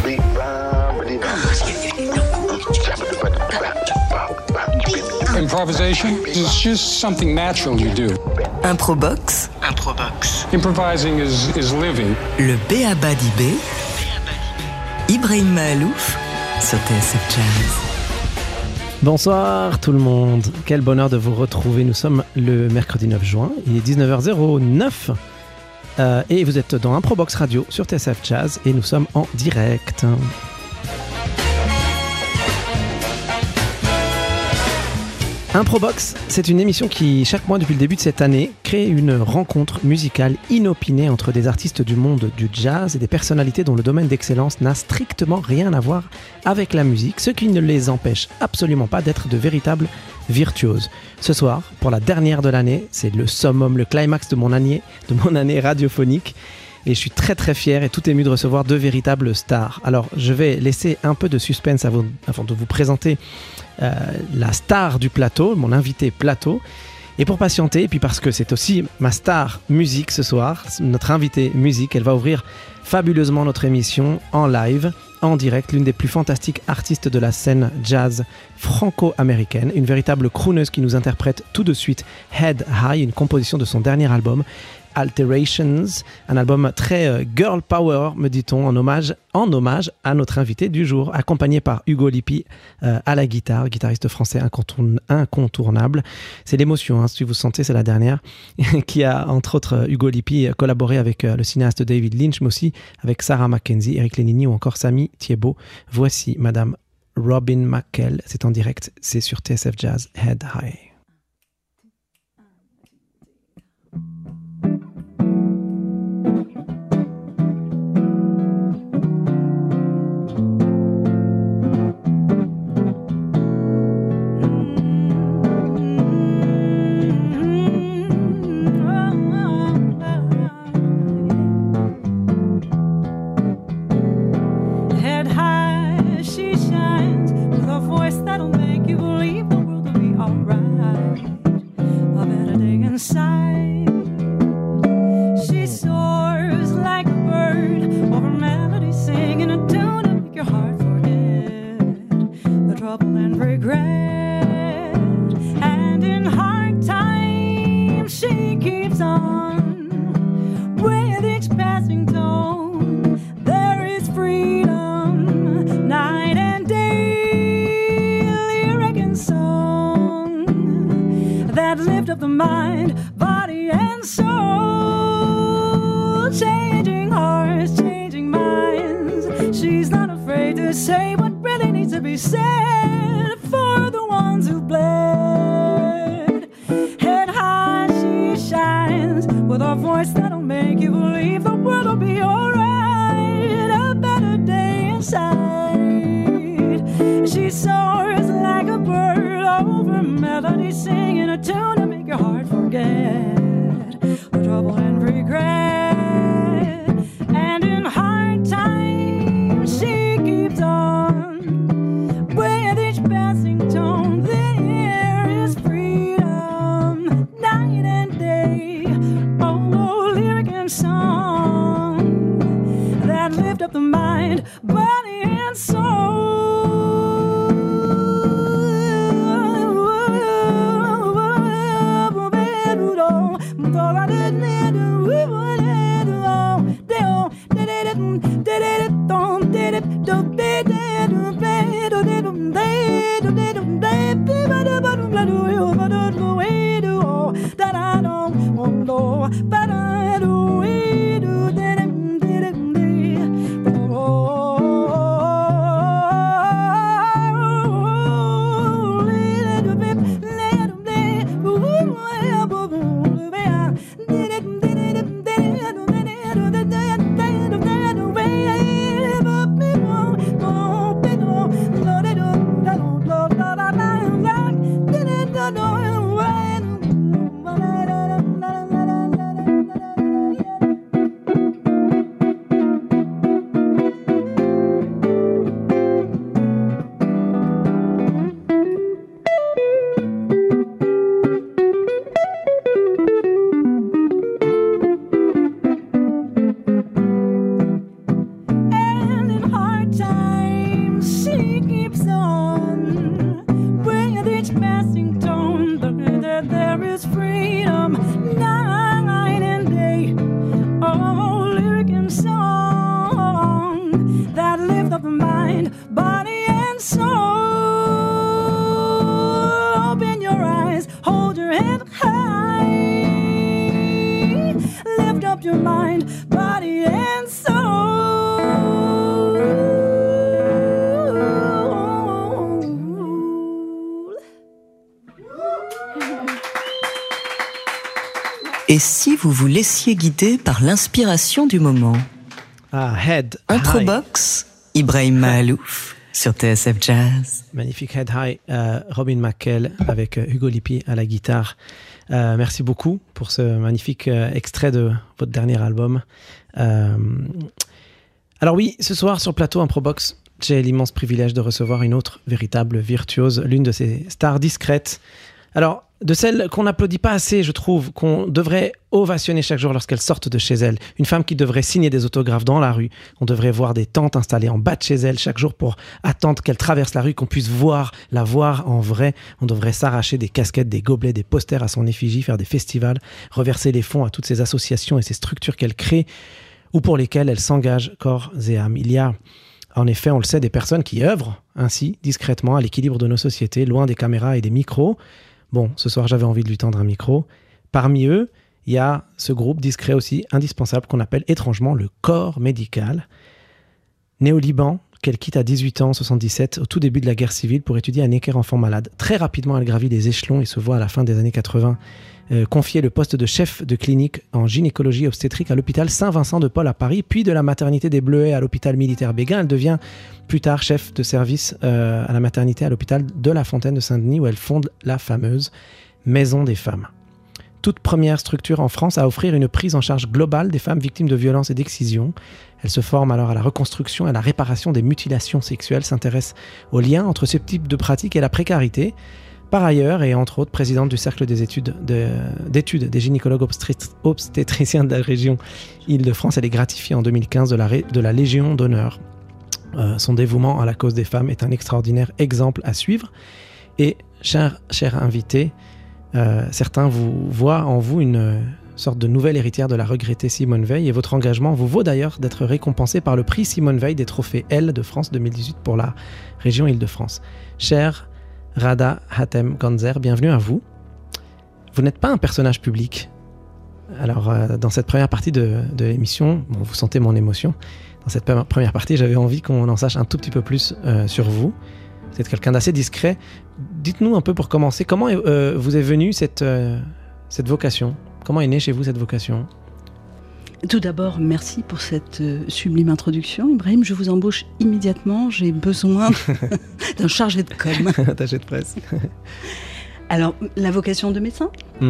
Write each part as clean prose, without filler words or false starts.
Improvisation is just something natural you do. Improbox. Improvising is living. Le B.A.B.A. d'IB. Ibrahim Mahalouf sur TSF Jazz. Bonsoir tout le monde, quel bonheur de vous retrouver. Nous sommes le mercredi 9 juin, il est 19h09 et vous êtes dans Improbox Radio sur TSF Jazz et nous sommes en direct. Improbox, c'est une émission qui, chaque mois depuis le début de cette année, crée une rencontre musicale inopinée entre des artistes du monde du jazz et des personnalités dont le domaine d'excellence n'a strictement rien à voir avec la musique, ce qui ne les empêche absolument pas d'être de véritables virtuoses. Ce soir, pour la dernière de l'année, c'est le summum, le climax de mon année radiophonique. Et je suis très très fier et tout ému de recevoir deux véritables stars. Alors je vais laisser un peu de suspense avant de vous présenter la star du plateau, mon invité plateau. Et pour patienter, et puis parce que c'est aussi ma star musique ce soir, notre invitée musique, elle va ouvrir fabuleusement notre émission en live, en direct, l'une des plus fantastiques artistes de la scène jazz franco-américaine, une véritable crooneuse qui nous interprète tout de suite Head High, une composition de son dernier album, Alterations, un album très girl power, me dit-on, en hommage à notre invité du jour, accompagné par Hugo Lippi à la guitare, guitariste français incontournable. C'est l'émotion, hein, si vous sentez, c'est la dernière, qui a, entre autres, Hugo Lippi collaboré avec le cinéaste David Lynch, mais aussi avec Sarah Mackenzie, Eric Lénini ou encore Samy Thiebaud. Voici Madame Robin McKell, c'est en direct, c'est sur TSF Jazz, Head High. keeps on with each passing tone. There is freedom night and day. Oh, lyric and song that lift up the mind, body and soul. Open your eyes, hold your head high, lift up your mind, body and soul. Et si vous vous laissiez guider par l'inspiration du moment? Head Introbox, Ibrahim Mahalouf sur TSF Jazz. Magnifique Head High, Robin McKell avec Hugo Lippi à la guitare. Merci beaucoup pour ce magnifique extrait de votre dernier album. Alors oui, ce soir sur le plateau Improbox, j'ai l'immense privilège de recevoir une autre véritable virtuose, l'une de ces stars discrètes. Alors, de celles qu'on n'applaudit pas assez, je trouve, qu'on devrait ovationner chaque jour lorsqu'elles sortent de chez elles. Une femme qui devrait signer des autographes dans la rue. On devrait voir des tentes installées en bas de chez elle chaque jour pour attendre qu'elle traverse la rue, qu'on puisse la voir en vrai. On devrait s'arracher des casquettes, des gobelets, des posters à son effigie, faire des festivals, reverser les fonds à toutes ces associations et ces structures qu'elle crée ou pour lesquelles elle s'engage corps et âme. Il y a, en effet, on le sait, des personnes qui œuvrent ainsi, discrètement, à l'équilibre de nos sociétés, loin des caméras et des micros. Bon, ce soir, j'avais envie de lui tendre un micro. Parmi eux, il y a ce groupe discret aussi, indispensable, qu'on appelle étrangement le corps médical. Né au Liban, qu'elle quitte à 18 ans, en 77, au tout début de la guerre civile, pour étudier à Necker enfant malade. Très rapidement, elle gravit les échelons et se voit à la fin des années 80 confier le poste de chef de clinique en gynécologie obstétrique à l'hôpital Saint-Vincent-de-Paul à Paris, puis de la maternité des Bleuets à l'hôpital militaire Béguin. Elle devient plus tard chef de service à la maternité à l'hôpital de la Fontaine de Saint-Denis, où elle fonde la fameuse Maison des femmes. Toute première structure en France à offrir une prise en charge globale des femmes victimes de violences et d'excision. Elle se forme alors à la reconstruction et à la réparation des mutilations sexuelles, s'intéresse au lien entre ce type de pratique et la précarité. Par ailleurs, et entre autres présidente du cercle des études des gynécologues obstétriciens de la région Île-de-France, elle est gratifiée en 2015 de la Légion d'honneur. Son dévouement à la cause des femmes est un extraordinaire exemple à suivre. Et, cher invité, certains voient en vous une sorte de nouvelle héritière de la regrettée Simone Veil, et votre engagement vous vaut d'ailleurs d'être récompensé par le prix Simone Veil des trophées L de France 2018 pour la région Île-de-France. Cher Rada Hatem Ganzer, bienvenue à vous. Vous n'êtes pas un personnage public. Alors, dans cette première partie de l'émission, bon, vous sentez mon émotion. Dans cette première partie, j'avais envie qu'on en sache un tout petit peu plus sur vous. Vous êtes quelqu'un d'assez discret. Dites-nous un peu pour commencer, comment vous est venue cette vocation? Comment est née chez vous cette vocation? Tout d'abord, merci pour cette sublime introduction. Ibrahim, je vous embauche immédiatement. J'ai besoin d'un chargé de com. Attaché de presse. Alors, la vocation de médecin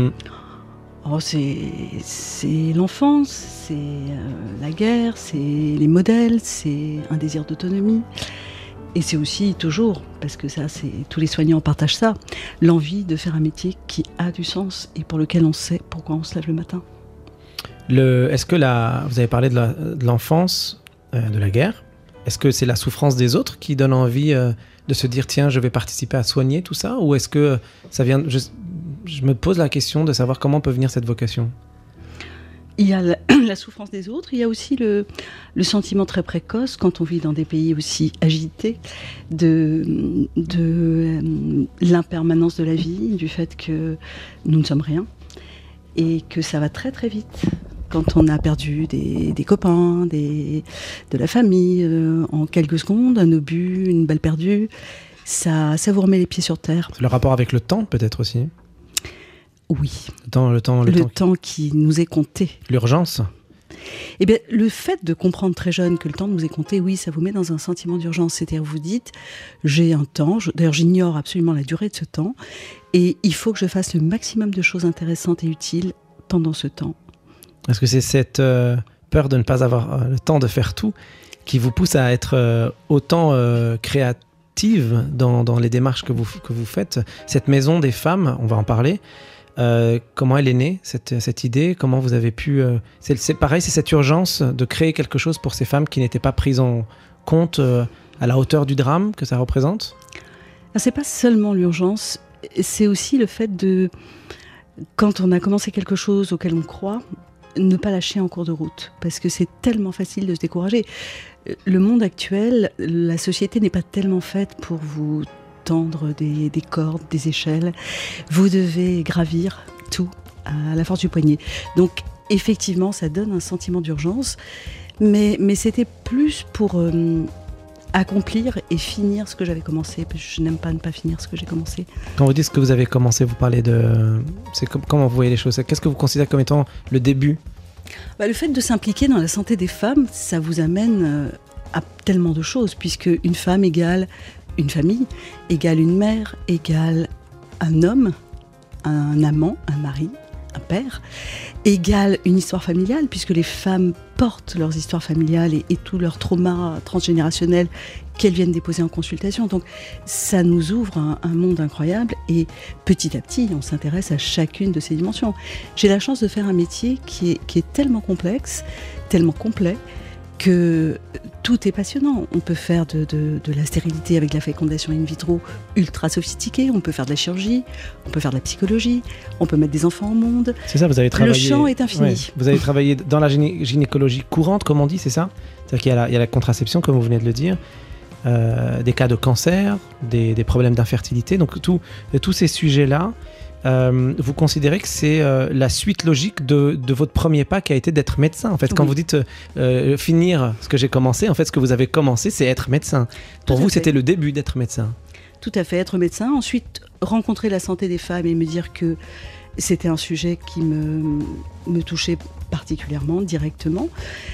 c'est l'enfance, c'est la guerre, c'est les modèles, c'est un désir d'autonomie. Et c'est aussi toujours, parce que ça, tous les soignants partagent ça, l'envie de faire un métier qui a du sens et pour lequel on sait pourquoi on se lève le matin. Est-ce que vous avez parlé de l'enfance, de la guerre. Est-ce que c'est la souffrance des autres qui donne envie de se dire tiens, je vais participer à soigner tout ça? Ou est-ce que ça vient... Je me pose la question de savoir comment peut venir cette vocation. Il y a la souffrance des autres, il y a aussi le sentiment très précoce, quand on vit dans des pays aussi agités, de l'impermanence de la vie, du fait que nous ne sommes rien et que ça va très très vite. Quand on a perdu des copains, de la famille, en quelques secondes, un obus, une balle perdue, ça vous remet les pieds sur terre. Le rapport avec le temps peut-être aussi. Oui. Le temps qui nous est compté. L'urgence. Eh bien, le fait de comprendre très jeune que le temps nous est compté, oui, ça vous met dans un sentiment d'urgence. C'est-à-dire, vous dites, j'ai un temps, d'ailleurs j'ignore absolument la durée de ce temps, et il faut que je fasse le maximum de choses intéressantes et utiles pendant ce temps. Est-ce que c'est cette peur de ne pas avoir le temps de faire tout qui vous pousse à être autant créative dans les démarches que vous faites? Cette maison des femmes, on va en parler. Comment elle est née, cette idée? Comment vous avez pu... c'est pareil, c'est cette urgence de créer quelque chose pour ces femmes qui n'étaient pas prises en compte à la hauteur du drame que ça représente ? C'est pas seulement l'urgence, c'est aussi le fait de, quand on a commencé quelque chose auquel on croit, ne pas lâcher en cours de route, parce que c'est tellement facile de se décourager. Le monde actuel, la société n'est pas tellement faite pour vous tendre des cordes, des échelles. Vous devez gravir tout à la force du poignet. Donc effectivement, ça donne un sentiment d'urgence, mais c'était plus pour accomplir et finir ce que j'avais commencé, parce que je n'aime pas ne pas finir ce que j'ai commencé. Quand vous dites ce que vous avez commencé, vous parlez de... Comment vous voyez les choses ? Qu'est-ce que vous considérez comme étant le début ? Le fait de s'impliquer dans la santé des femmes, ça vous amène à tellement de choses, puisque une femme égale une famille, égale une mère, égale un homme, un amant, un mari, un père, égale une histoire familiale, puisque les femmes portent leurs histoires familiales et tous leurs traumas transgénérationnels qu'elles viennent déposer en consultation. Donc ça nous ouvre un monde incroyable et petit à petit, on s'intéresse à chacune de ces dimensions. J'ai la chance de faire un métier qui est tellement complexe, tellement complet, que tout est passionnant. On peut faire de la stérilité avec la fécondation in vitro ultra sophistiquée, on peut faire de la chirurgie, on peut faire de la psychologie, on peut mettre des enfants au monde. C'est ça, vous avez travaillé... Le champ est infini. Ouais, vous avez travaillé dans la gynécologie courante, comme on dit, c'est ça ? C'est-à-dire qu'il y a la contraception, comme vous venez de le dire, des cas de cancer, des problèmes d'infertilité, donc tous ces sujets-là, vous considérez que c'est la suite logique de votre premier pas qui a été d'être médecin. En fait, oui. Quand vous dites finir ce que j'ai commencé, en fait, ce que vous avez commencé, c'est être médecin. Pour vous, c'était le début d'être médecin. Tout à fait, être médecin. Ensuite, rencontrer la santé des femmes et me dire que c'était un sujet qui me touchait particulièrement, directement,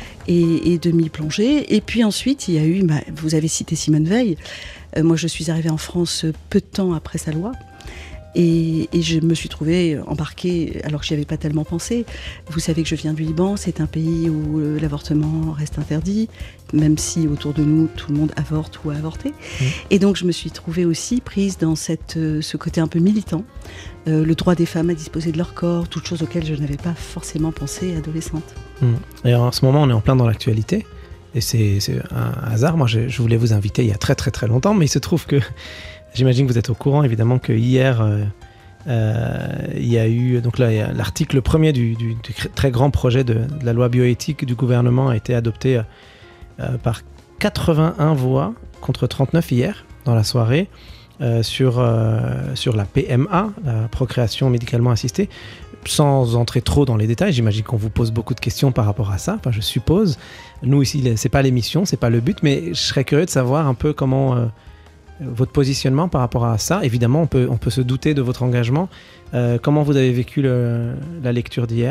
et de m'y plonger. Et puis ensuite, il y a eu, vous avez cité Simone Veil. Moi, je suis arrivée en France peu de temps après sa loi. Et je me suis trouvée embarquée, alors que j'y avais pas tellement pensé. Vous savez que je viens du Liban, c'est un pays où l'avortement reste interdit, même si autour de nous, tout le monde avorte ou a avorté. Et donc je me suis trouvée aussi prise dans ce côté un peu militant, le droit des femmes à disposer de leur corps, toutes choses auxquelles je n'avais pas forcément pensé adolescente. Et en ce moment, on est en plein dans l'actualité, et c'est un hasard. Moi, je voulais vous inviter il y a très très très longtemps, mais il se trouve que j'imagine que vous êtes au courant, évidemment, que hier, il y a eu... Donc là, il y a l'article premier du très grand projet de la loi bioéthique du gouvernement a été adopté par 81 voix contre 39 hier, dans la soirée, sur la PMA, la procréation médicalement assistée. Sans entrer trop dans les détails, j'imagine qu'on vous pose beaucoup de questions par rapport à ça, enfin, je suppose. Nous, ici, c'est pas l'émission, c'est pas le but, mais je serais curieux de savoir un peu comment... votre positionnement par rapport à ça. Évidemment, on peut se douter de votre engagement. Comment vous avez vécu la lecture d'hier ?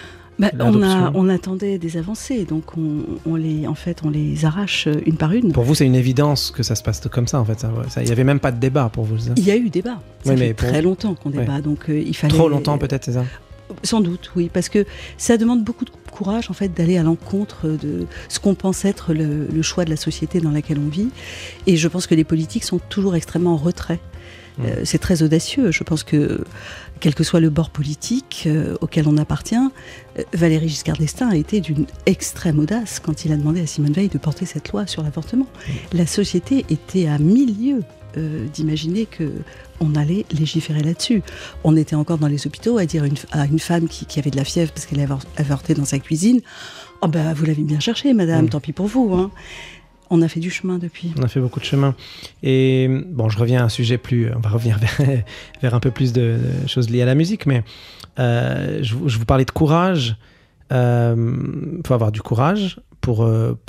On attendait des avancées, donc on les arrache une par une. Pour vous, c'est une évidence que ça se passe comme ça, en fait. Il n'y avait même pas de débat pour vous. Il y a eu débat. Ça fait très longtemps qu'on débat, donc il fallait... Trop longtemps peut-être, c'est ça ? Sans doute, oui, parce que ça demande beaucoup de courage, en fait, d'aller à l'encontre de ce qu'on pense être le choix de la société dans laquelle on vit. Et je pense que les politiques sont toujours extrêmement en retrait. C'est très audacieux. Je pense que, quel que soit le bord politique auquel on appartient, Valéry Giscard d'Estaing a été d'une extrême audace quand il a demandé à Simone Veil de porter cette loi sur l'avortement. La société était à 1000 lieues d'imaginer qu'on allait légiférer là-dessus. On était encore dans les hôpitaux à dire à une femme qui avait de la fièvre parce qu'elle avait avorté dans sa cuisine, « Oh ben, vous l'avez bien cherché, madame, tant pis pour vous. Hein. » On a fait du chemin depuis. On a fait beaucoup de chemin. Et bon, je reviens à un sujet plus... On va revenir vers un peu plus de choses liées à la musique, mais je vous parlais de courage. Il faut avoir du courage pour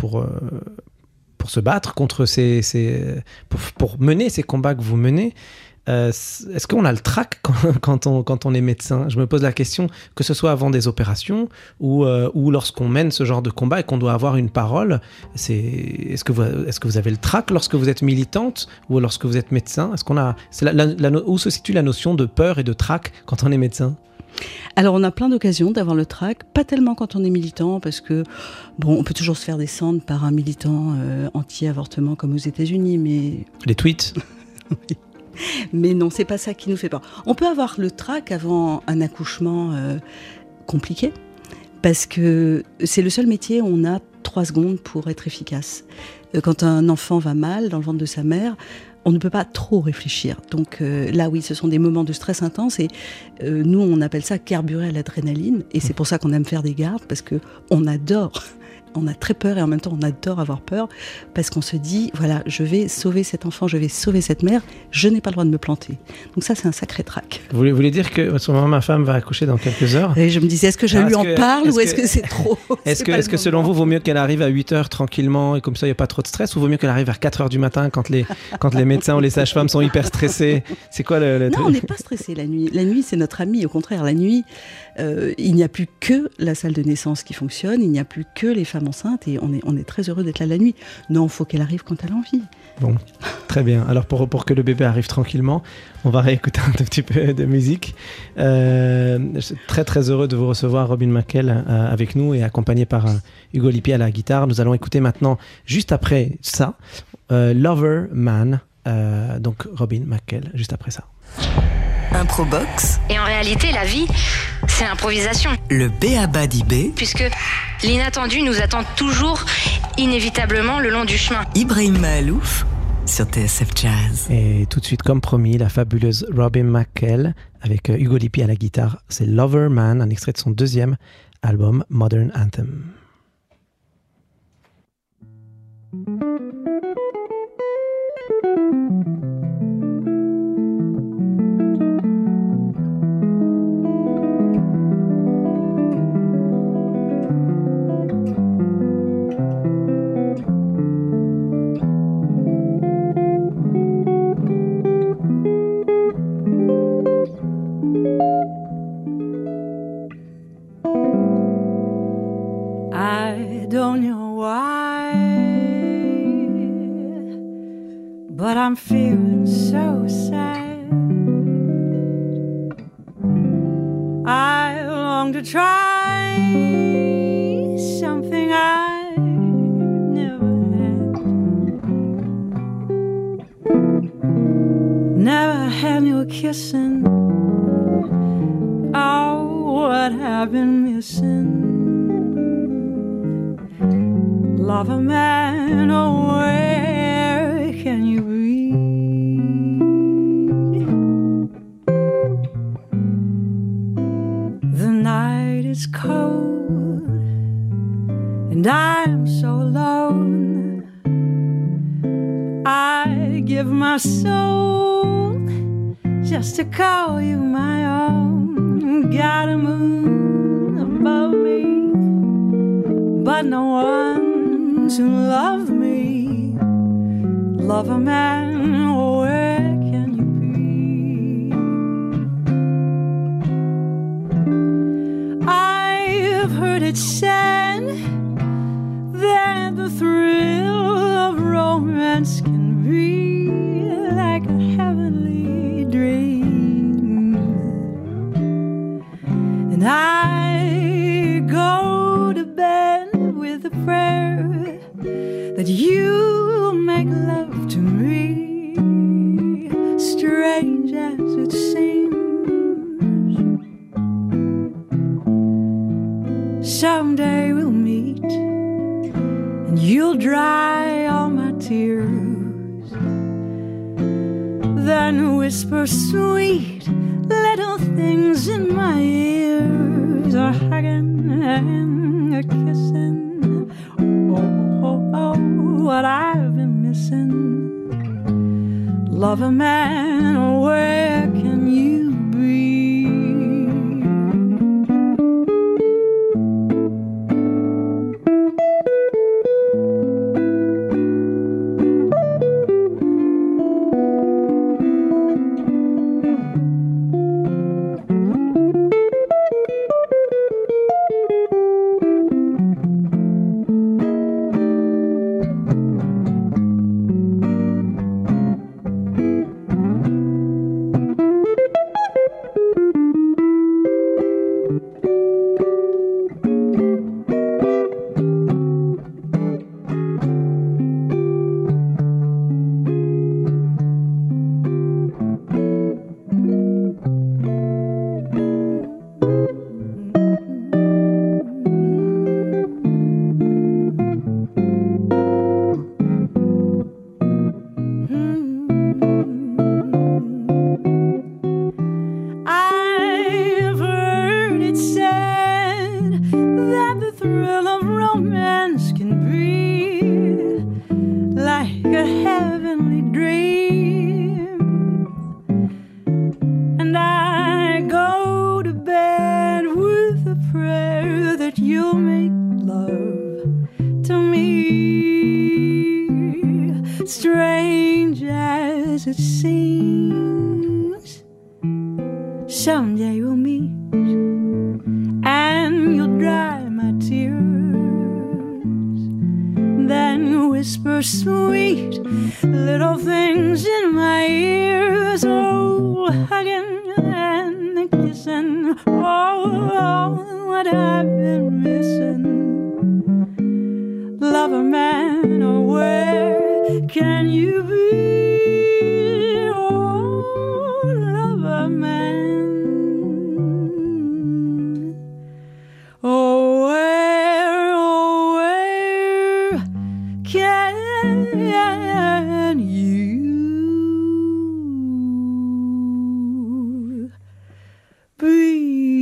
se battre contre pour mener ces combats que vous menez. Est-ce qu'on a le trac quand on est médecin ? Je me pose la question, que ce soit avant des opérations ou lorsqu'on mène ce genre de combat et qu'on doit avoir une parole. Est-ce que vous avez le trac lorsque vous êtes militante ou lorsque vous êtes médecin ? Où se situe la notion de peur et de trac quand on est médecin ? Alors on a plein d'occasions d'avoir le trac, pas tellement quand on est militant, parce que on peut toujours se faire descendre par un militant anti-avortement comme aux États-Unis, mais... Les tweets. Oui. Mais non, c'est pas ça qui nous fait peur. On peut avoir le trac avant un accouchement compliqué, parce que c'est le seul métier où on a 3 secondes pour être efficace. Quand un enfant va mal dans le ventre de sa mère, on ne peut pas trop réfléchir. Donc là, oui, ce sont des moments de stress intense et nous, on appelle ça carburer à l'adrénaline. Et c'est pour ça qu'on aime faire des gardes, parce qu'on adore. On a très peur et en même temps, on adore avoir peur parce qu'on se dit, voilà, je vais sauver cet enfant, je vais sauver cette mère, je n'ai pas le droit de me planter. Donc ça, c'est un sacré trac. Vous voulez dire que, parce que ma femme va accoucher dans quelques heures. Et je me disais, est-ce que je lui en parle ou est-ce que c'est trop? Est-ce que selon vous, vaut mieux qu'elle arrive à 8h tranquillement et comme ça, il n'y a pas trop de stress, ou vaut mieux qu'elle arrive vers 4h du matin quand les médecins ou les sages-femmes sont hyper stressés? C'est quoi le Non, on n'est pas stressé la nuit. La nuit, c'est notre ami. Au contraire, la nuit, il n'y a plus que la salle de naissance qui fonctionne, il n'y a plus que les femmes enceintes et on est très heureux d'être là la nuit. Non, il faut qu'elle arrive quand elle a envie. Bon, très bien. Alors pour que le bébé arrive tranquillement, on va réécouter un tout petit peu de musique. Je suis très très heureux de vous recevoir, Robin McKell, avec nous et accompagné par Hugo Lippi à la guitare. Nous allons écouter maintenant, juste après ça, Lover Man, donc Robin McKell, juste après ça. Improbox. Et en réalité, la vie, c'est l'improvisation. Le B.A.B.A. d'IB. Puisque l'inattendu nous attend toujours, inévitablement, le long du chemin. Ibrahim Mahalouf sur TSF Jazz. Et tout de suite, comme promis, la fabuleuse Robin McKell avec Hugo Lippi à la guitare. C'est Lover Man, un extrait de son deuxième album, Modern Anthem. I don't know why, but I'm feeling so sad. I long to try something I've never had. Never had no kissing. Oh, what I've been missing. Lover man, oh, where can you be? The night is cold and I'm so alone. I give my soul just to call you my own. Got a moon above me, but no one to love me. Lover man, where can you be? I've heard it said that the thrill of romance can be like a heavenly dream, and I go to bed with a prayer that you make love to me, strange as it seems. Someday we'll meet and you'll dry all my tears, then whisper sweet little things in my ears, a hugging and a kissing. Oh, what I've been missing. Lover man, where can you be? a heavenly dream, and I go to bed with a prayer that you'll make love to me. Strange as it seems, someday we'll meet and you'll dry my tears, then whisper sweet little things in my ears. Oh, hugging and kissing, oh, what I've been missing. Lover man, oh, where can you be? Oh, lover man, oh, where can you be?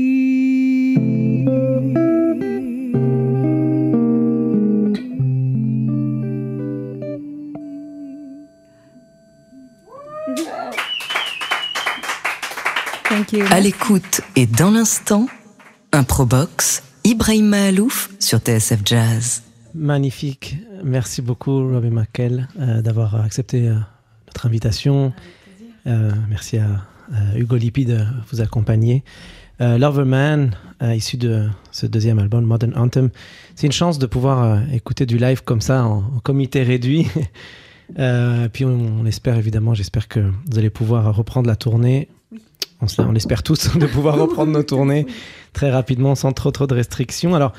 À l'écoute et dans l'instant, Improbox, Ibrahima Alouf sur TSF Jazz. Magnifique. Merci beaucoup, Robbie McKell, d'avoir accepté notre invitation. Merci à Hugo Lippi de vous accompagner. Loverman, issu de ce deuxième album, Modern Anthem. C'est une chance de pouvoir écouter du live comme ça, en comité réduit. Puis on espère, évidemment, j'espère que vous allez pouvoir reprendre la tournée. On espère tous de pouvoir reprendre nos tournées très rapidement, sans trop de restrictions. Alors,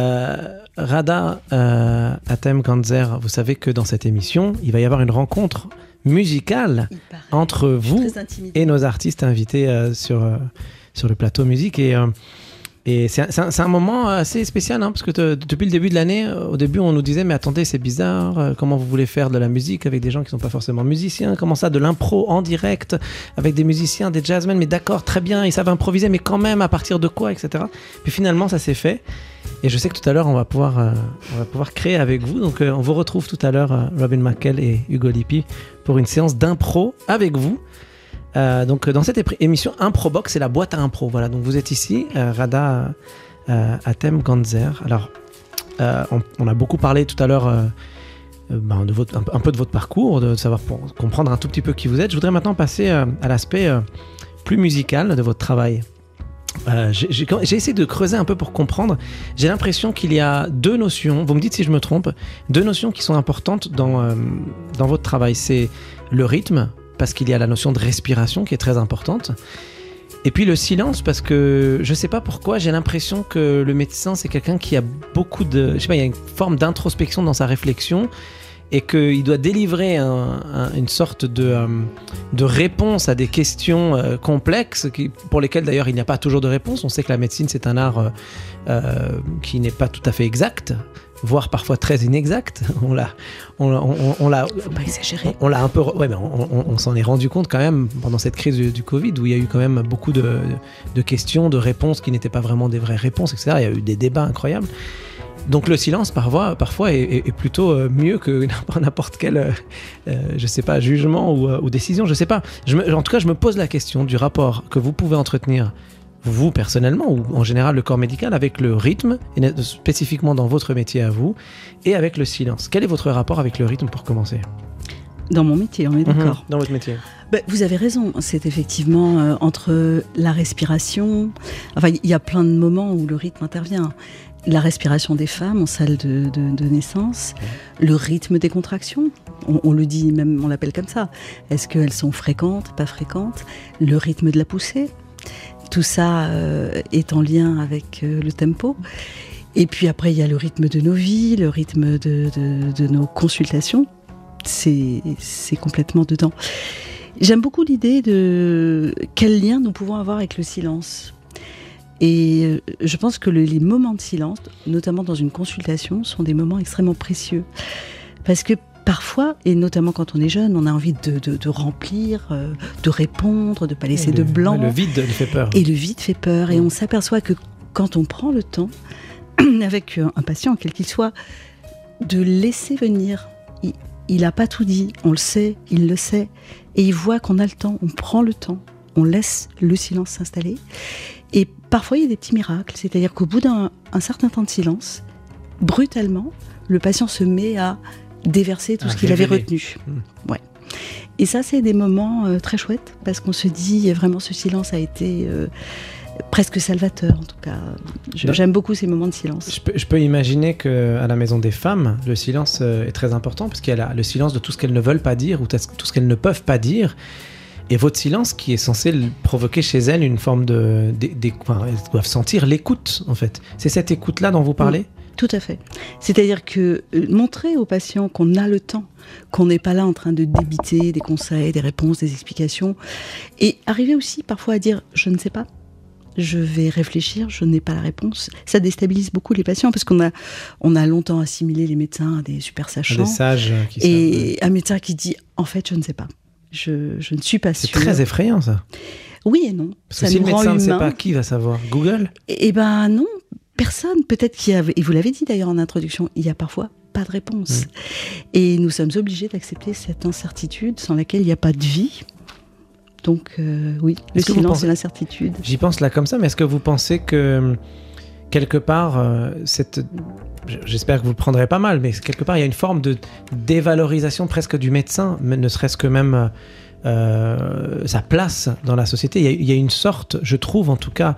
Rada Atem Ganzer, vous savez que dans cette émission, il va y avoir une rencontre musicale entre vous et nos artistes invités sur le plateau musique. Et c'est un moment assez spécial, hein, parce que depuis le début de l'année, au début, on nous disait « Mais attendez, c'est bizarre, comment vous voulez faire de la musique avec des gens qui ne sont pas forcément musiciens? Comment ça, de l'impro en direct avec des musiciens, des jazzmen? Mais d'accord, très bien, ils savent improviser, mais quand même, à partir de quoi, etc. » Puis finalement, ça s'est fait. Et je sais que tout à l'heure, on va pouvoir créer avec vous. Donc, on vous retrouve tout à l'heure, Robin McKell et Hugo Lippi, pour une séance d'impro avec vous. Donc dans cette émission Improbox, c'est la boîte à impro. Voilà, donc vous êtes ici, Rada Atem Ganzer. Alors, on a beaucoup parlé tout à l'heure un peu de votre parcours, de savoir pour comprendre un tout petit peu qui vous êtes. Je voudrais maintenant passer à l'aspect plus musical de votre travail. J'ai essayé de creuser un peu pour comprendre. J'ai l'impression qu'il y a deux notions, vous me dites si je me trompe, deux notions qui sont importantes dans votre travail. C'est le rythme, parce qu'il y a la notion de respiration qui est très importante. Et puis le silence, parce que je ne sais pas pourquoi, j'ai l'impression que le médecin, c'est quelqu'un qui a beaucoup de... Je sais pas, il y a une forme d'introspection dans sa réflexion et qu'il doit délivrer une sorte de réponse à des questions complexes pour lesquelles d'ailleurs il n'y a pas toujours de réponse. On sait que la médecine, c'est un art qui n'est pas tout à fait exact, voire parfois très inexact. On l'a, faut pas exagérer. On l'a un peu, ouais, mais on s'en est rendu compte quand même pendant cette crise du Covid, où il y a eu quand même beaucoup de questions, de réponses qui n'étaient pas vraiment des vraies réponses, etc. Il y a eu des débats incroyables. Donc le silence parfois est plutôt mieux que n'importe quel, je sais pas, jugement ou décision. Je sais pas. En tout cas, je me pose la question du rapport que vous pouvez entretenir, vous personnellement ou en général le corps médical, avec le rythme, et spécifiquement dans votre métier à vous, et avec le silence. Quel est votre rapport avec le rythme pour commencer ? Dans mon métier, on est d'accord. Dans votre métier. Vous avez raison, c'est effectivement entre la respiration, enfin il y a plein de moments où le rythme intervient. La respiration des femmes en salle de naissance, le rythme des contractions, on le dit même, on l'appelle comme ça. Est-ce qu'elles sont fréquentes, pas fréquentes ? Le rythme de la poussée, tout ça est en lien avec le tempo. Et puis après, il y a le rythme de nos vies, le rythme de nos consultations. C'est complètement dedans. J'aime beaucoup l'idée de quel lien nous pouvons avoir avec le silence. Et je pense que les moments de silence, notamment dans une consultation, sont des moments extrêmement précieux. Parce que parfois, et notamment quand on est jeune, on a envie de remplir, de répondre, de ne pas laisser de blanc. Le vide fait peur. Et le vide fait peur. Et on s'aperçoit que quand on prend le temps, avec un patient, quel qu'il soit, de laisser venir, il n'a pas tout dit, on le sait, il le sait, et il voit qu'on a le temps, on prend le temps, on laisse le silence s'installer. Et parfois, il y a des petits miracles, c'est-à-dire qu'au bout d'un certain temps de silence, brutalement, le patient se met à déverser tout ce qu'il avait retenu. Ouais. Et ça, c'est des moments très chouettes, parce qu'on se dit, vraiment, ce silence a été presque salvateur, en tout cas. J'aime beaucoup ces moments de silence. Je peux imaginer qu'à la Maison des Femmes, le silence est très important, parce qu'il y a le silence de tout ce qu'elles ne veulent pas dire, ou tout ce qu'elles ne peuvent pas dire. Et votre silence qui est censé provoquer chez elles une forme elles doivent sentir l'écoute, en fait. C'est cette écoute-là dont vous parlez ? Tout à fait. C'est-à-dire que montrer aux patients qu'on a le temps, qu'on n'est pas là en train de débiter des conseils, des réponses, des explications, et arriver aussi parfois à dire « je ne sais pas ». Je vais réfléchir, je n'ai pas la réponse. Ça déstabilise beaucoup les patients parce qu'on a longtemps assimilé les médecins à des super sachants. Des sages qui savent. Et un médecin qui dit « en fait, je ne sais pas ». Je ne suis pas sûre. C'est très effrayant, ça. Oui et non. Parce que si le médecin ne sait pas, qui va savoir ? Google ? Eh ben non, personne. Peut-être qu'il y a... Et vous l'avez dit d'ailleurs en introduction, il y a parfois pas de réponse. Et nous sommes obligés d'accepter cette incertitude sans laquelle il n'y a pas de vie. Donc oui, le silence et l'incertitude. J'y pense là comme ça, mais est-ce que vous pensez que quelque part, j'espère que vous le prendrez pas mal, mais quelque part il y a une forme de dévalorisation presque du médecin, ne serait-ce que même sa place dans la société. Il y a une sorte, je trouve en tout cas,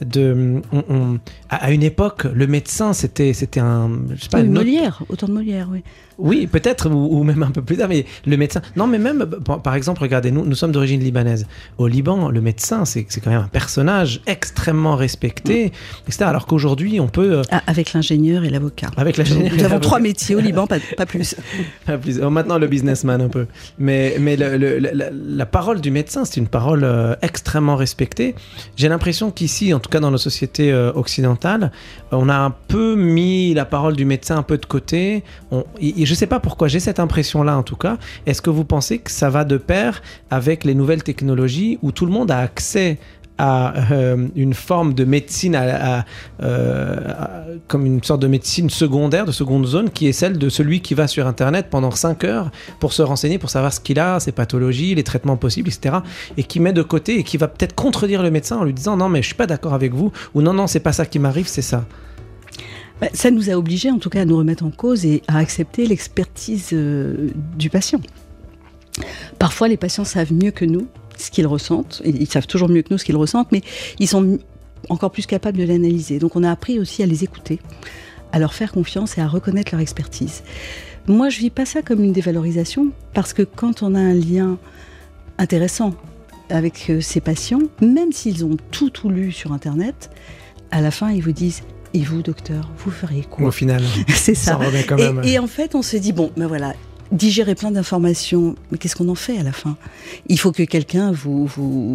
à une époque, le médecin c'était un, je sais pas, Molière, autant de Molière, oui. Oui, peut-être, ou même un peu plus tard, mais le médecin... Non, mais même, par exemple, regardez, nous sommes d'origine libanaise. Au Liban, le médecin, c'est quand même un personnage extrêmement respecté, etc. Alors qu'aujourd'hui, on peut... Avec l'ingénieur et l'avocat. Avec l'ingénieur. Nous avons 3 métiers au Liban, pas plus. Pas plus. Oh, maintenant, le businessman, un peu. Mais la parole du médecin, c'est une parole extrêmement respectée. J'ai l'impression qu'ici, en tout cas dans nos sociétés occidentales, on a un peu mis la parole du médecin un peu de côté. Je ne sais pas pourquoi, j'ai cette impression-là en tout cas. Est-ce que vous pensez que ça va de pair avec les nouvelles technologies où tout le monde a accès à une forme de médecine, comme une sorte de médecine secondaire, de seconde zone, qui est celle de celui qui va sur Internet pendant 5 heures pour se renseigner, pour savoir ce qu'il a, ses pathologies, les traitements possibles, etc. Et qui met de côté et qui va peut-être contredire le médecin en lui disant « Non, mais je ne suis pas d'accord avec vous » ou « Non, c'est pas ça qui m'arrive, c'est ça ». Ça nous a obligés, en tout cas, à nous remettre en cause et à accepter l'expertise du patient. Parfois, les patients savent mieux que nous ce qu'ils ressentent, et ils savent toujours mieux que nous ce qu'ils ressentent, mais ils sont encore plus capables de l'analyser. Donc, on a appris aussi à les écouter, à leur faire confiance et à reconnaître leur expertise. Moi, je vis pas ça comme une dévalorisation, parce que quand on a un lien intéressant avec ces patients, même s'ils ont tout lu sur Internet, à la fin, ils vous disent... Et vous, docteur, vous feriez quoi ? Au final, c'est ça. Ça remet quand même. Et en fait, on se dit, bon, ben voilà, digérer plein d'informations, mais qu'est-ce qu'on en fait à la fin ? Il faut que quelqu'un vous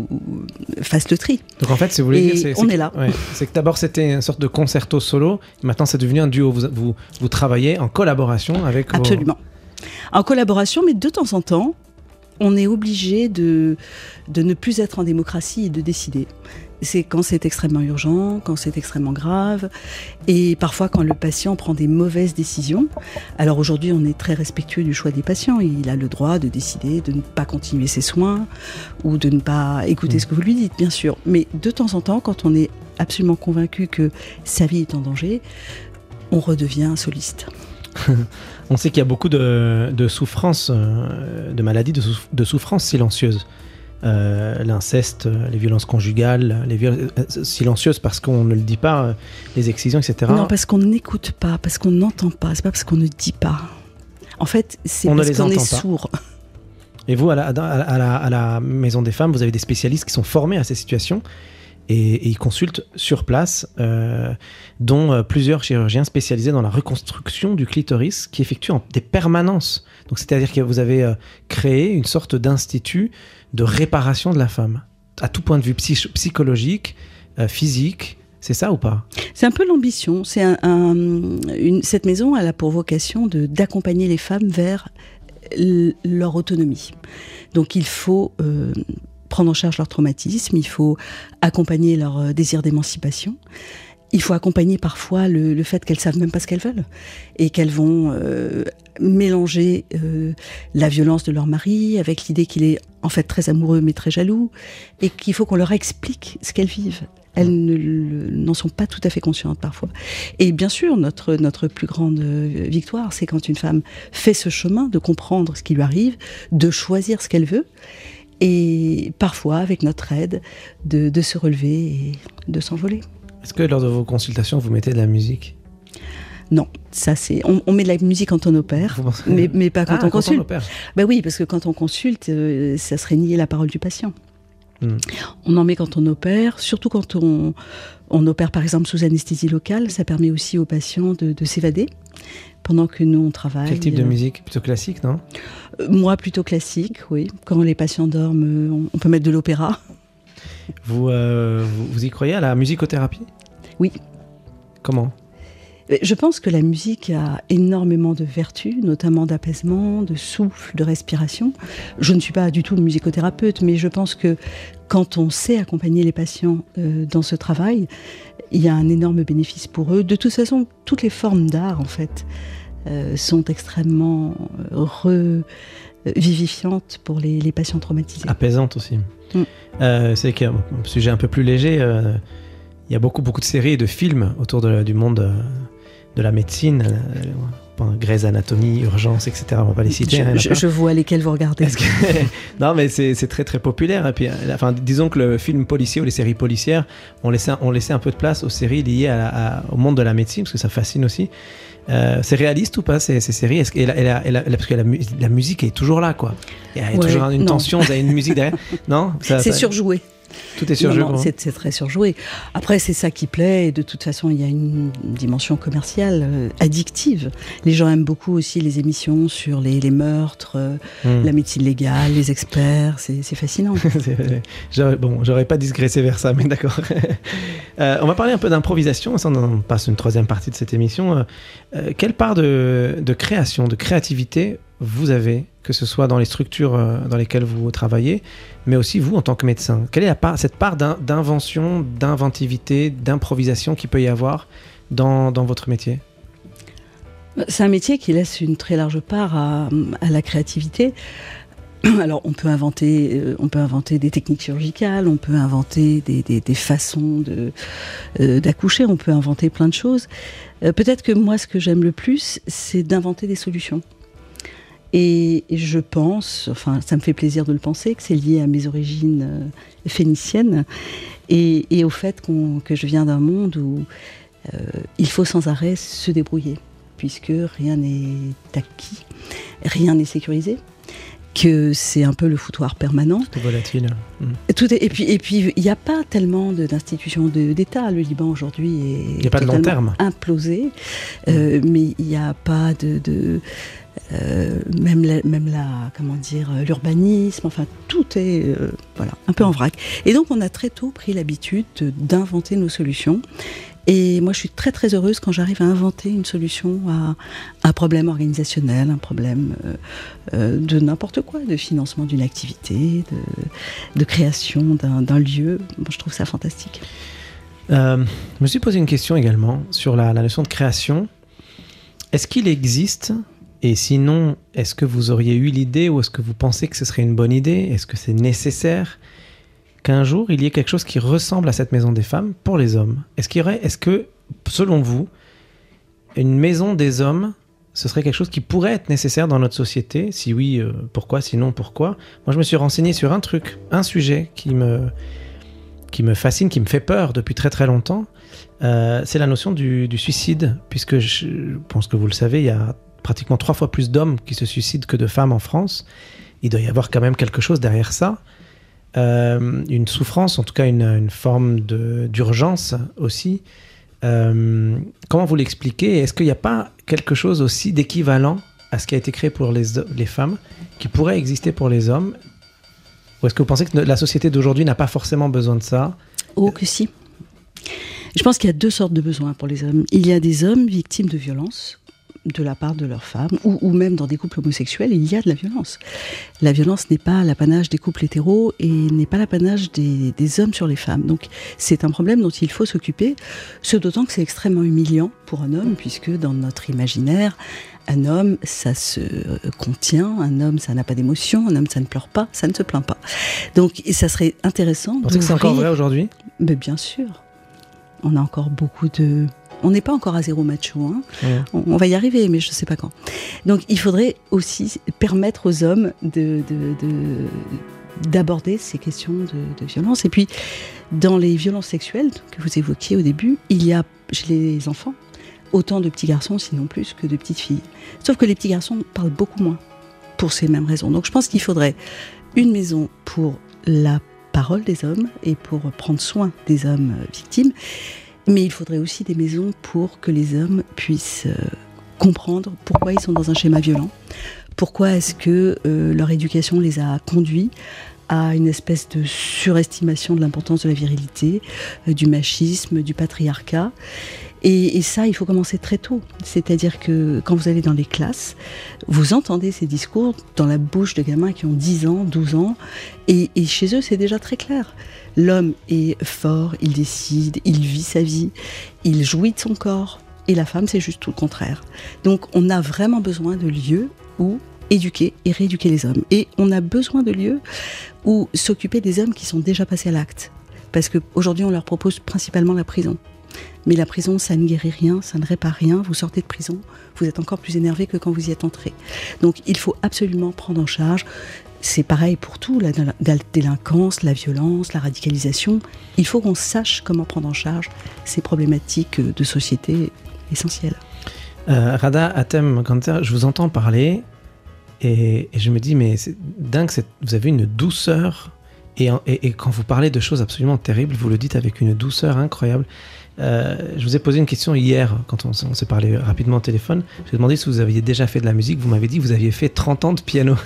fasse le tri. Donc en fait, si vous voulez dire, on est là. Ouais, c'est que d'abord, c'était une sorte de concerto solo, et maintenant, c'est devenu un duo. Vous travaillez en collaboration avec Absolument. En collaboration, mais de temps en temps, on est obligé de ne plus être en démocratie et de décider. C'est quand c'est extrêmement urgent, quand c'est extrêmement grave, et parfois quand le patient prend des mauvaises décisions. Alors aujourd'hui, on est très respectueux du choix des patients. Il a le droit de décider de ne pas continuer ses soins ou de ne pas écouter ce que vous lui dites, bien sûr. Mais de temps en temps, quand on est absolument convaincu que sa vie est en danger, on redevient soliste. On sait qu'il y a beaucoup de souffrances, de maladies, de souffrances silencieuses. L'inceste, les violences conjugales, les violences silencieuses parce qu'on ne le dit pas, les excisions, etc. Non, parce qu'on n'écoute pas, parce qu'on n'entend pas, c'est pas parce qu'on ne dit pas. En fait, c'est parce qu'on est sourd. Et vous, à la Maison des Femmes, vous avez des spécialistes qui sont formés à ces situations et ils consultent sur place, dont plusieurs chirurgiens spécialisés dans la reconstruction du clitoris qui effectuent des permanences. Donc, c'est-à-dire que vous avez créé une sorte d'institut de réparation de la femme, à tout point de vue psychologique, physique. C'est ça ou pas ? C'est un peu l'ambition. Cette maison, elle a pour vocation d'accompagner les femmes vers leur autonomie. Donc il faut prendre en charge leur traumatisme, il faut accompagner leur désir d'émancipation. il faut accompagner parfois le fait qu'elles savent même pas ce qu'elles veulent et qu'elles vont mélanger la violence de leur mari avec l'idée qu'il est en fait très amoureux mais très jaloux et qu'il faut qu'on leur explique ce qu'elles vivent. Elles n'en sont pas tout à fait conscientes parfois. Et bien sûr, notre plus grande victoire, c'est quand une femme fait ce chemin de comprendre ce qui lui arrive, de choisir ce qu'elle veut, et parfois, avec notre aide, de se relever et de s'envoler. Est-ce que lors de vos consultations, vous mettez de la musique ? Non, ça c'est. On met de la musique quand on opère, mais pas quand on consulte. Ben oui, parce que quand on consulte, ça serait nier la parole du patient. On en met quand on opère, surtout quand on opère par exemple sous anesthésie locale. Ça permet aussi aux patients de s'évader pendant que nous on travaille. Quel type de musique ? Plutôt classique, non ? Moi plutôt classique, oui. Quand les patients dorment, on peut mettre de l'opéra. Vous y croyez à la musicothérapie ? Oui. Comment ? Je pense que la musique a énormément de vertus, notamment d'apaisement, de souffle, de respiration. Je ne suis pas du tout musicothérapeute, mais je pense que quand on sait accompagner les patients dans ce travail, il y a un énorme bénéfice pour eux. De toute façon, toutes les formes d'art, en fait, sont extrêmement revivifiantes pour les patients traumatisés. Apaisantes aussi. C'est qu'un sujet un peu plus léger. Il y a beaucoup de séries et de films autour du monde de la médecine, Grey's Anatomy, Urgence, etc. On va pas les citer. Je vois lesquels vous regardez. Non, mais c'est très très populaire. Et puis, disons que le film policier ou les séries policières ont laissé un peu de place aux séries liées au monde de la médecine, parce que ça fascine aussi. C'est réaliste ou pas ces séries ? Parce que la musique est toujours là, quoi. Il y a toujours une tension, vous avez une musique derrière. Non, c'est surjoué. Tout est surjoué. Non, c'est très surjoué. Après, c'est ça qui plaît. Et de toute façon, il y a une dimension commerciale addictive. Les gens aiment beaucoup aussi les émissions sur les meurtres, la médecine légale, les experts. C'est fascinant. J'aurais pas digressé vers ça, mais d'accord. On va parler un peu d'improvisation. Ça, on passe une troisième partie de cette émission. Quelle part de création, de créativité vous avez, que ce soit dans les structures dans lesquelles vous travaillez, mais aussi vous en tant que médecin. Quelle est cette part d'invention, d'inventivité, d'improvisation qu'il peut y avoir dans votre métier ? C'est un métier qui laisse une très large part à la créativité. Alors on peut inventer des techniques chirurgicales, on peut inventer des façons d'accoucher, on peut inventer plein de choses. Peut-être que moi, ce que j'aime le plus, c'est d'inventer des solutions. Et je pense, enfin ça me fait plaisir de le penser, que c'est lié à mes origines phéniciennes et au fait que je viens d'un monde où il faut sans arrêt se débrouiller, puisque rien n'est acquis, rien n'est sécurisé, que c'est un peu le foutoir permanent. Tout est volatile. Et puis il n'y a pas tellement d'institutions d'État. Le Liban aujourd'hui est totalement implosé, mais il n'y a pas l'urbanisme, enfin tout est un peu en vrac. Et donc on a très tôt pris l'habitude d'inventer nos solutions. Et moi je suis très très heureuse quand j'arrive à inventer une solution à un problème organisationnel, un problème de n'importe quoi, de financement d'une activité, de création d'un lieu. Moi, je trouve ça fantastique. Je me suis posé une question également sur la notion de création. Est-ce qu'il existe, et sinon, est-ce que vous auriez eu l'idée ou est-ce que vous pensez que ce serait une bonne idée ? Est-ce que c'est nécessaire qu'un jour, il y ait quelque chose qui ressemble à cette maison des femmes pour les hommes ? Est-ce que, selon vous, une maison des hommes, ce serait quelque chose qui pourrait être nécessaire dans notre société ? Si oui, pourquoi ? Sinon, pourquoi ? Moi, je me suis renseigné sur un sujet qui me fascine, qui me fait peur depuis très très longtemps. C'est la notion du suicide, puisque je pense que vous le savez, il y a pratiquement 3 fois plus d'hommes qui se suicident que de femmes en France. Il doit y avoir quand même quelque chose derrière ça. Une souffrance, en tout cas une forme d'urgence aussi. Comment vous l'expliquez ? Est-ce qu'il n'y a pas quelque chose aussi d'équivalent à ce qui a été créé pour les femmes qui pourrait exister pour les hommes ? Ou est-ce que vous pensez que la société d'aujourd'hui n'a pas forcément besoin de ça ? Oh que si. Je pense qu'il y a 2 sortes de besoins pour les hommes. Il y a des hommes victimes de violences, de la part de leur femme, ou même dans des couples homosexuels, il y a de la violence. La violence n'est pas l'apanage des couples hétéros et n'est pas l'apanage des hommes sur les femmes. Donc c'est un problème dont il faut s'occuper, ce d'autant que c'est extrêmement humiliant pour un homme, puisque dans notre imaginaire, un homme, ça se contient, un homme, ça n'a pas d'émotion, un homme, ça ne pleure pas, ça ne se plaint pas. Donc ça serait intéressant. Vous pensez que c'est encore vrai aujourd'hui ? Mais bien sûr. On a encore beaucoup de... On n'est pas encore à zéro macho, hein. On va y arriver, mais je ne sais pas quand. Donc il faudrait aussi permettre aux hommes d'aborder ces questions de violence. Et puis, dans les violences sexuelles que vous évoquiez au début, il y a chez les enfants autant de petits garçons, sinon plus, que de petites filles. Sauf que les petits garçons parlent beaucoup moins pour ces mêmes raisons. Donc je pense qu'il faudrait une maison pour la parole des hommes et pour prendre soin des hommes victimes. Mais il faudrait aussi des maisons pour que les hommes puissent comprendre pourquoi ils sont dans un schéma violent, pourquoi est-ce que leur éducation les a conduits à une espèce de surestimation de l'importance de la virilité, du machisme, du patriarcat. Et ça, il faut commencer très tôt. C'est-à-dire que quand vous allez dans les classes, vous entendez ces discours dans la bouche de gamins qui ont 10 ans, 12 ans, et chez eux, c'est déjà très clair. L'homme est fort, il décide, il vit sa vie, il jouit de son corps, et la femme, c'est juste tout le contraire. Donc, on a vraiment besoin de lieux où éduquer et rééduquer les hommes. Et on a besoin de lieux où s'occuper des hommes qui sont déjà passés à l'acte. Parce qu'aujourd'hui, on leur propose principalement la prison. Mais la prison, ça ne guérit rien, ça ne répare rien. Vous sortez de prison, vous êtes encore plus énervé que quand vous y êtes entré. Donc il faut absolument prendre en charge. C'est pareil pour tout, la délinquance, la violence, la radicalisation. Il faut qu'on sache comment prendre en charge ces problématiques de société essentielles. Radha Atem-Ganzer, je vous entends parler et je me dis, mais c'est dingue, vous avez une douceur. Et quand vous parlez de choses absolument terribles, vous le dites avec une douceur incroyable. Je vous ai posé une question hier, quand on s'est parlé rapidement au téléphone. Je vous ai demandé si vous aviez déjà fait de la musique. Vous m'avez dit que vous aviez fait 30 ans de piano.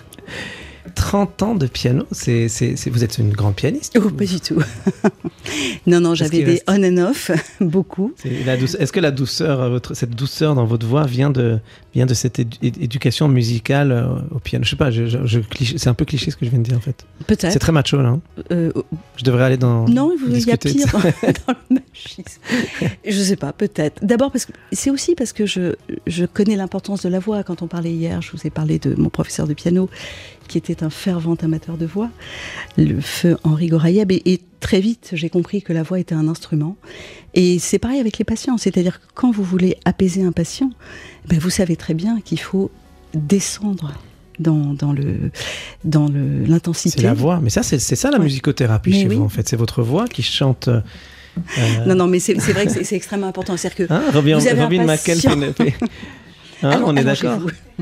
30 ans de piano, vous êtes une grande pianiste? Oh, pas du tout. Non, j'avais des on and off, beaucoup. Est-ce que cette douceur dans votre voix vient de cette éducation musicale au piano? Je sais pas, c'est un peu cliché ce que je viens de dire en fait. Peut-être. C'est très macho là. Je devrais aller dans... Non, il y a pire dans le machisme. Je sais pas, peut-être. D'abord, c'est aussi parce que je connais l'importance de la voix. Quand on parlait hier, je vous ai parlé de mon professeur de piano, qui était un fervent amateur de voix, le feu Henri Gorayeb, et très vite j'ai compris que la voix était un instrument. Et c'est pareil avec les patients, c'est-à-dire que quand vous voulez apaiser un patient, vous savez très bien qu'il faut descendre dans l'intensité. C'est la voix, mais ça c'est ça la musicothérapie chez vous en fait, c'est votre voix qui chante. Non, mais c'est vrai que c'est extrêmement important. C'est-à-dire que Robin McKell. On est d'accord.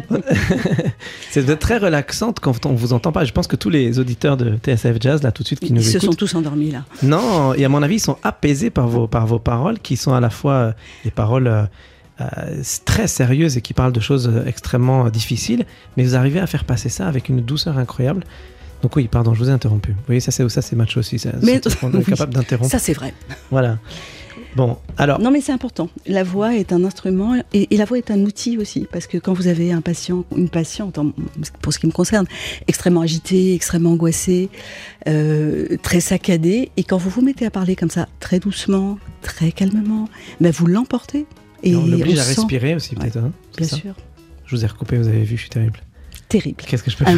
C'est très relaxante quand on vous entend pas. Je pense que tous les auditeurs de TSF Jazz, là, tout de suite, qui nous écoutent... Ils se sont tous endormis, là. Non, et à mon avis, ils sont apaisés par vos paroles, qui sont à la fois des paroles très sérieuses et qui parlent de choses extrêmement difficiles, mais vous arrivez à faire passer ça avec une douceur incroyable. Donc oui, pardon, je vous ai interrompu. Vous voyez, ça c'est macho aussi. On est capable d'interrompre. Ça, c'est vrai. Voilà. Bon, alors... Non, mais c'est important. La voix est un instrument et la voix est un outil aussi. Parce que quand vous avez un patient, une patiente, pour ce qui me concerne, extrêmement agitée, extrêmement angoissée, très saccadée, et quand vous vous mettez à parler comme ça, très doucement, très calmement, vous l'emportez. Et on l'oblige à respirer aussi, peut-être. Hein, bien sûr. Je vous ai recoupé, vous avez vu, je suis terrible. Terrible. Qu'est-ce que je peux faire ?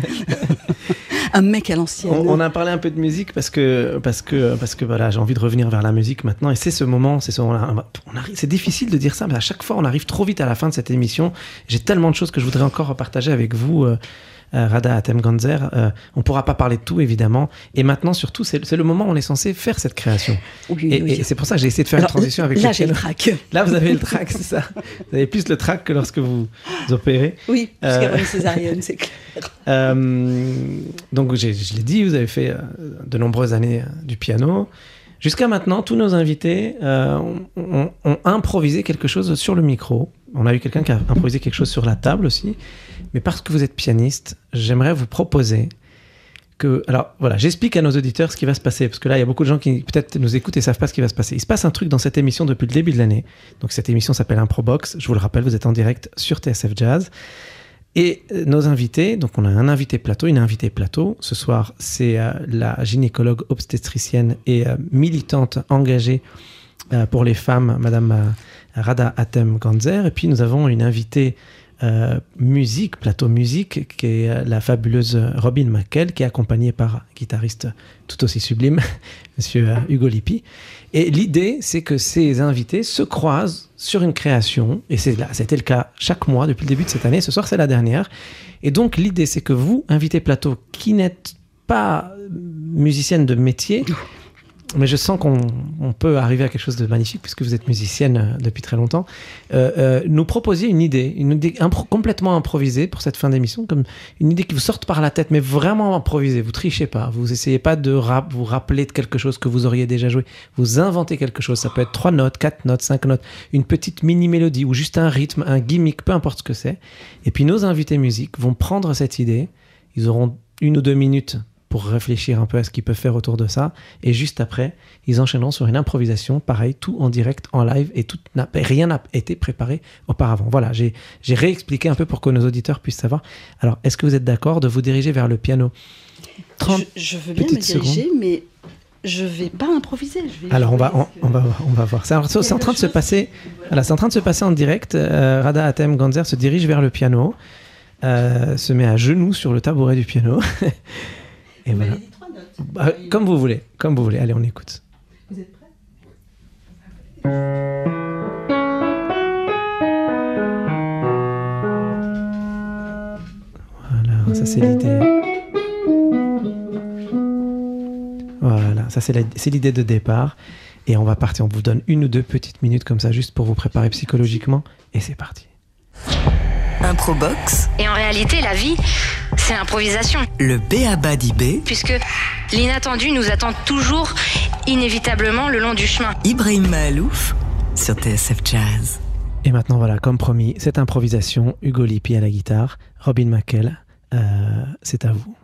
Un mec à l'ancienne. On a parlé un peu de musique parce que voilà, j'ai envie de revenir vers la musique maintenant. Et c'est ce moment, c'est difficile de dire ça, mais à chaque fois, on arrive trop vite à la fin de cette émission. J'ai tellement de choses que je voudrais encore partager avec vous, Radha Atem-Ganzer. On ne pourra pas parler de tout, évidemment. Et maintenant, surtout, c'est le moment où on est censé faire cette création. Oui. Et c'est pour ça que j'ai essayé de faire une transition avec là, j'ai le trac. Là, vous avez le trac, c'est ça. Vous avez plus le trac que lorsque vous opérez. Oui, puisqu'avant une césarienne, c'est clair. Donc, je l'ai dit, vous avez fait de nombreuses années du piano. Jusqu'à maintenant, tous nos invités ont improvisé quelque chose sur le micro. On a eu quelqu'un qui a improvisé quelque chose sur la table aussi. Mais parce que vous êtes pianiste, j'aimerais vous proposer Alors voilà, j'explique à nos auditeurs ce qui va se passer, parce que là, il y a beaucoup de gens qui peut-être nous écoutent et ne savent pas ce qui va se passer. Il se passe un truc dans cette émission depuis le début de l'année. Donc cette émission s'appelle Improbox. Je vous le rappelle, vous êtes en direct sur TSF Jazz. Et nos invités, donc on a un invité plateau, une invitée plateau. Ce soir, c'est la gynécologue obstétricienne et militante engagée pour les femmes, Madame Rada Hatem-Ganzer. Et puis nous avons une invitée plateau musique, qui est la fabuleuse Robin McKell, qui est accompagnée par un guitariste tout aussi sublime, Monsieur Hugo Lippi. Et l'idée, c'est que ces invités se croisent sur une création, et c'était le cas chaque mois depuis le début de cette année. Ce soir, c'est la dernière. Et donc, l'idée, c'est que vous, invités plateau, qui n'êtes pas musicienne de métier, mais je sens qu'on peut arriver à quelque chose de magnifique, puisque vous êtes musicienne depuis très longtemps, nous proposiez une idée complètement improvisée pour cette fin d'émission, comme une idée qui vous sorte par la tête, mais vraiment improvisée. Vous trichez pas, vous essayez pas de vous rappeler de quelque chose que vous auriez déjà joué, vous inventez quelque chose. Ça peut être 3 notes, 4 notes, 5 notes, une petite mini-mélodie ou juste un rythme, un gimmick, peu importe ce que c'est. Et puis nos invités musique vont prendre cette idée, ils auront 1 ou 2 minutes pour réfléchir un peu à ce qu'ils peuvent faire autour de ça. Et juste après, ils enchaîneront sur une improvisation, pareil, tout en direct, en live, et rien n'a été préparé auparavant. Voilà, j'ai réexpliqué un peu pour que nos auditeurs puissent savoir. Alors, est-ce que vous êtes d'accord de vous diriger vers le piano ? Je veux bien me diriger, secondes. Mais je ne vais pas improviser. Alors, on va voir. C'est en train de se passer. Voilà, c'est en train de se passer en direct. Rada Hatem-Ganzer se dirige vers le piano, se met à genoux sur le tabouret du piano. Et voilà. Comme vous voulez. Allez, on écoute. Vous êtes prêts ? Voilà, ça c'est l'idée. Voilà, ça c'est l'idée de départ. Et on va partir, on vous donne 1 ou 2 petites minutes comme ça, juste pour vous préparer psychologiquement. Et c'est parti. Improbox. Et en réalité, la vie, c'est l'improvisation. Le B.A.B.A. d'IB. Puisque l'inattendu nous attend toujours, inévitablement, le long du chemin. Ibrahim Mahalouf sur TSF Jazz. Et maintenant, voilà, comme promis, cette improvisation, Hugo Lippi à la guitare, Robin McKell, c'est à vous.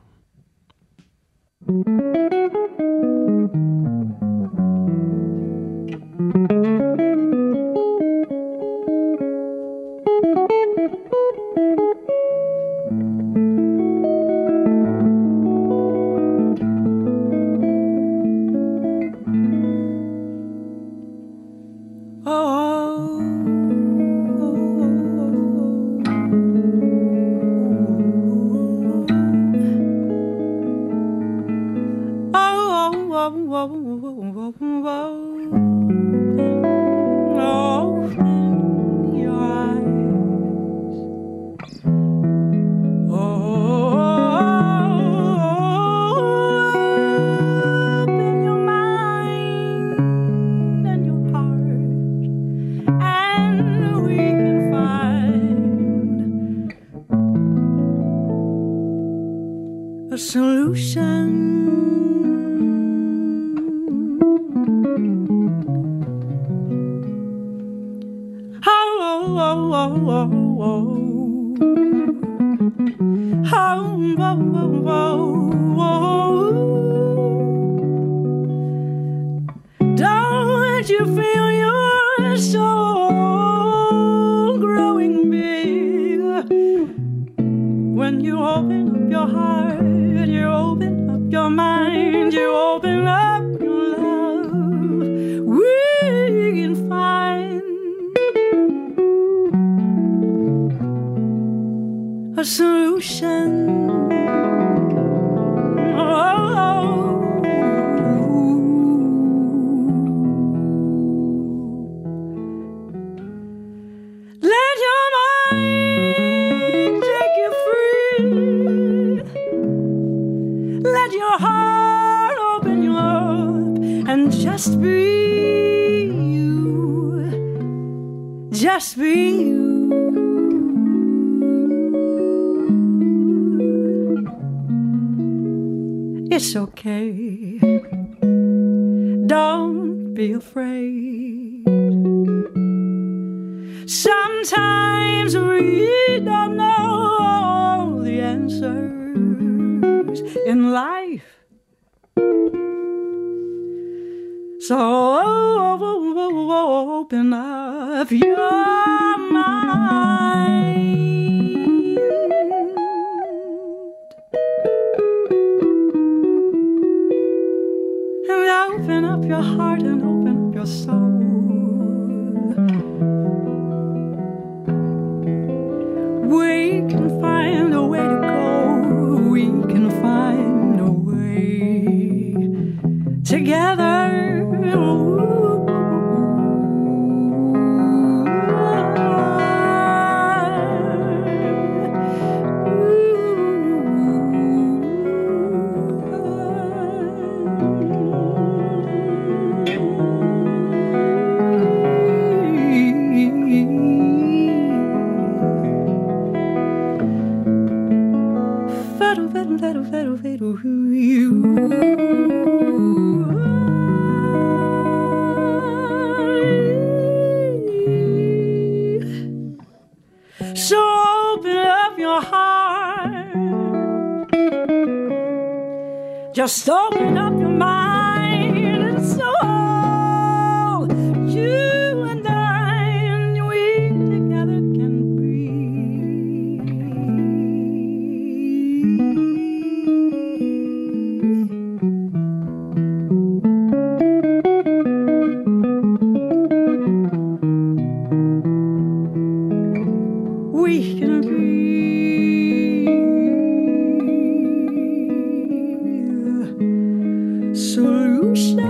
It's okay. Don't be afraid. Sometimes we don't know the answers. choice in life. So open up your mind and open up your heart and open up your soul. We can find a way to go. We can find a way together. So open up your heart. Just open up your mind and soul. You and I and we together can breathe. We can breathe. Solution.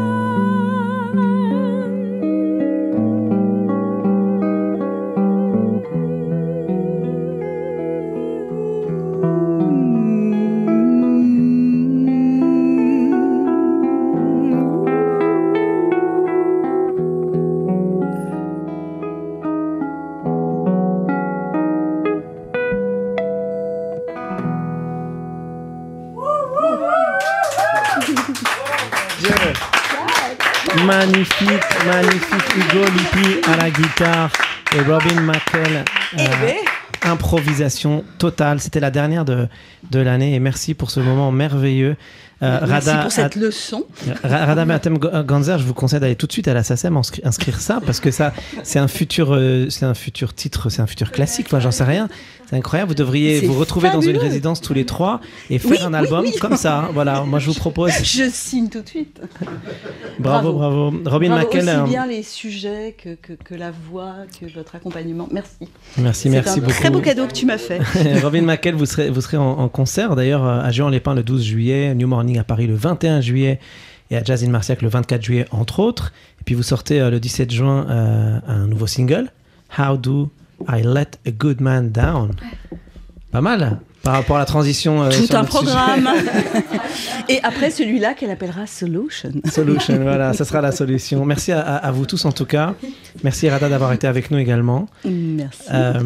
Magnifique Hugo Lippi à la guitare et Robin McKell. Improvisation totale. C'était la dernière de l'année et merci pour ce moment merveilleux. Merci pour cette leçon. Rada Atem Ganzer, je vous conseille d'aller tout de suite à la SACEM inscrire ça parce que ça c'est un futur titre, c'est un futur classique. Enfin, j'en sais rien. C'est incroyable. Vous devriez vous retrouver fabuleux. dans une résidence tous les trois et faire un album comme ça. Voilà. Moi, je vous propose. Je signe tout de suite. Bravo. Robin McKell. Aussi bien les sujets que la voix, que votre accompagnement. Merci. Merci beaucoup. C'est un très beau cadeau que tu m'as fait. Robin McKell, vous serez en concert d'ailleurs à Juan-les-Pins le 12 juillet, New Morning à Paris le 21 juillet et à Jazz in Marciac le 24 juillet entre autres. Et puis vous sortez le 17 juin un nouveau single, How Do I Let a Good Man Down. Pas mal par rapport à la transition. Tout un programme. Et après celui-là qu'elle appellera Solution. Solution, voilà, ça sera la solution. Merci à vous tous en tout cas. Merci Rada d'avoir été avec nous également. Merci.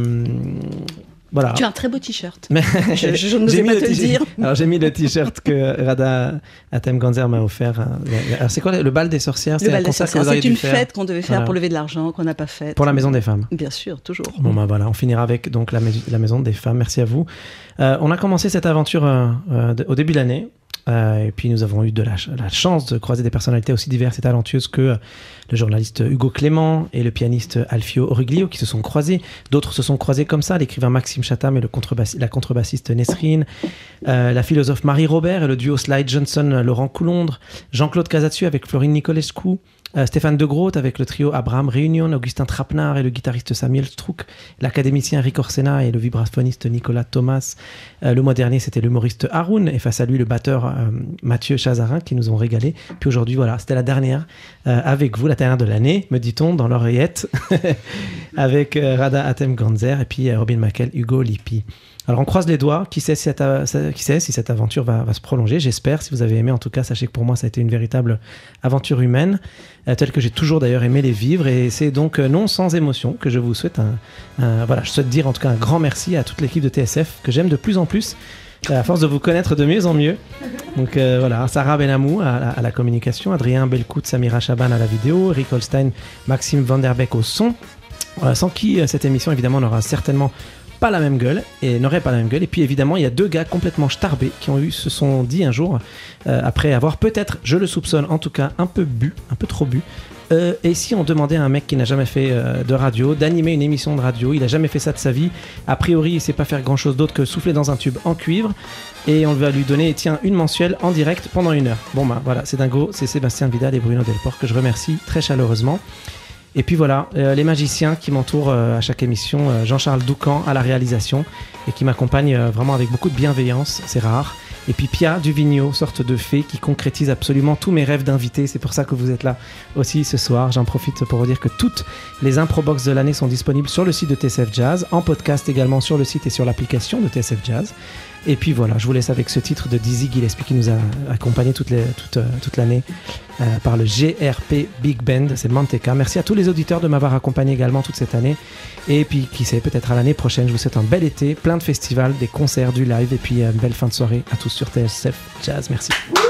Voilà. Tu as un très beau t-shirt. Je n'osais pas te le dire. Alors j'ai mis le t-shirt que Rada Atem Ganzer m'a offert. Alors c'est quoi le bal des sorcières? Le bal des sorcières. C'est une fête qu'on devait faire pour lever de l'argent, qu'on n'a pas faite. Pour la Maison des Femmes. Bien sûr, toujours. Bon bah voilà, on finira avec donc la Maison des Femmes. Merci à vous. On a commencé cette aventure au début de l'année. Et puis nous avons eu la chance de croiser des personnalités aussi diverses et talentueuses que le journaliste Hugo Clément et le pianiste Alfio Origlio qui se sont croisés. D'autres se sont croisés comme ça, l'écrivain Maxime Chatham et la contrebassiste Nesrine, la philosophe Marie Robert et le duo Slide Johnson-Laurent Coulondre, Jean-Claude Casatsu avec Florine Nicolescu, Stéphane De Groot avec le trio Abraham Réunion, Augustin Trapenard et le guitariste Samuel Strouk, l'académicien Rick Orsena et le vibraphoniste Nicolas Thomas. Le mois dernier, c'était l'humoriste Haroun et face à lui, le batteur Mathieu Chazarin qui nous ont régalé. Puis aujourd'hui, voilà, c'était la dernière avec vous, la dernière de l'année, me dit-on, dans l'oreillette, avec Rada Atem Ganzer et puis Robin McKell, Hugo Lippi. Alors on croise les doigts, qui sait si cette aventure va se prolonger, j'espère. Si vous avez aimé, en tout cas, sachez que pour moi ça a été une véritable aventure humaine, telle que j'ai toujours d'ailleurs aimé les vivre, et c'est donc non sans émotion que je vous souhaite je souhaite dire en tout cas un grand merci à toute l'équipe de TSF que j'aime de plus en plus, à force de vous connaître de mieux en mieux. Donc voilà, Sarah Benamou à la communication, Adrien Belcout, Samira Chaban à la vidéo, Eric Holstein, Maxime Vanderbeek au son, sans qui cette émission évidemment n'aura certainement pas la même gueule et n'auraient pas la même gueule. Et puis évidemment, il y a 2 gars complètement starbés qui se sont dit un jour, après avoir peut-être, je le soupçonne en tout cas, un peu trop bu, et si on demandait à un mec qui n'a jamais fait de radio d'animer une émission de radio, il n'a jamais fait ça de sa vie, a priori il sait pas faire grand chose d'autre que souffler dans un tube en cuivre, et on va lui donner une mensuelle en direct pendant 1 heure. Bon bah voilà, c'est dingo, c'est Sébastien Vidal et Bruno Delport que je remercie très chaleureusement. Et puis voilà, les magiciens qui m'entourent à chaque émission, Jean-Charles Doucan à la réalisation et qui m'accompagne vraiment avec beaucoup de bienveillance, c'est rare. Et puis Pia Duvigneau, sorte de fée qui concrétise absolument tous mes rêves d'invité. C'est pour ça que vous êtes là aussi ce soir. J'en profite pour vous dire que toutes les improbox de l'année sont disponibles sur le site de TSF Jazz, en podcast également sur le site et sur l'application de TSF Jazz. Et puis voilà, je vous laisse avec ce titre de Dizzy Gillespie qui nous a accompagnés toute l'année par le GRP Big Band, c'est Manteca. Merci à tous les auditeurs de m'avoir accompagné également toute cette année. Et puis qui sait, peut-être à l'année prochaine, je vous souhaite un bel été, plein de festivals, des concerts, du live et puis une belle fin de soirée à tous sur TSF Jazz. Merci.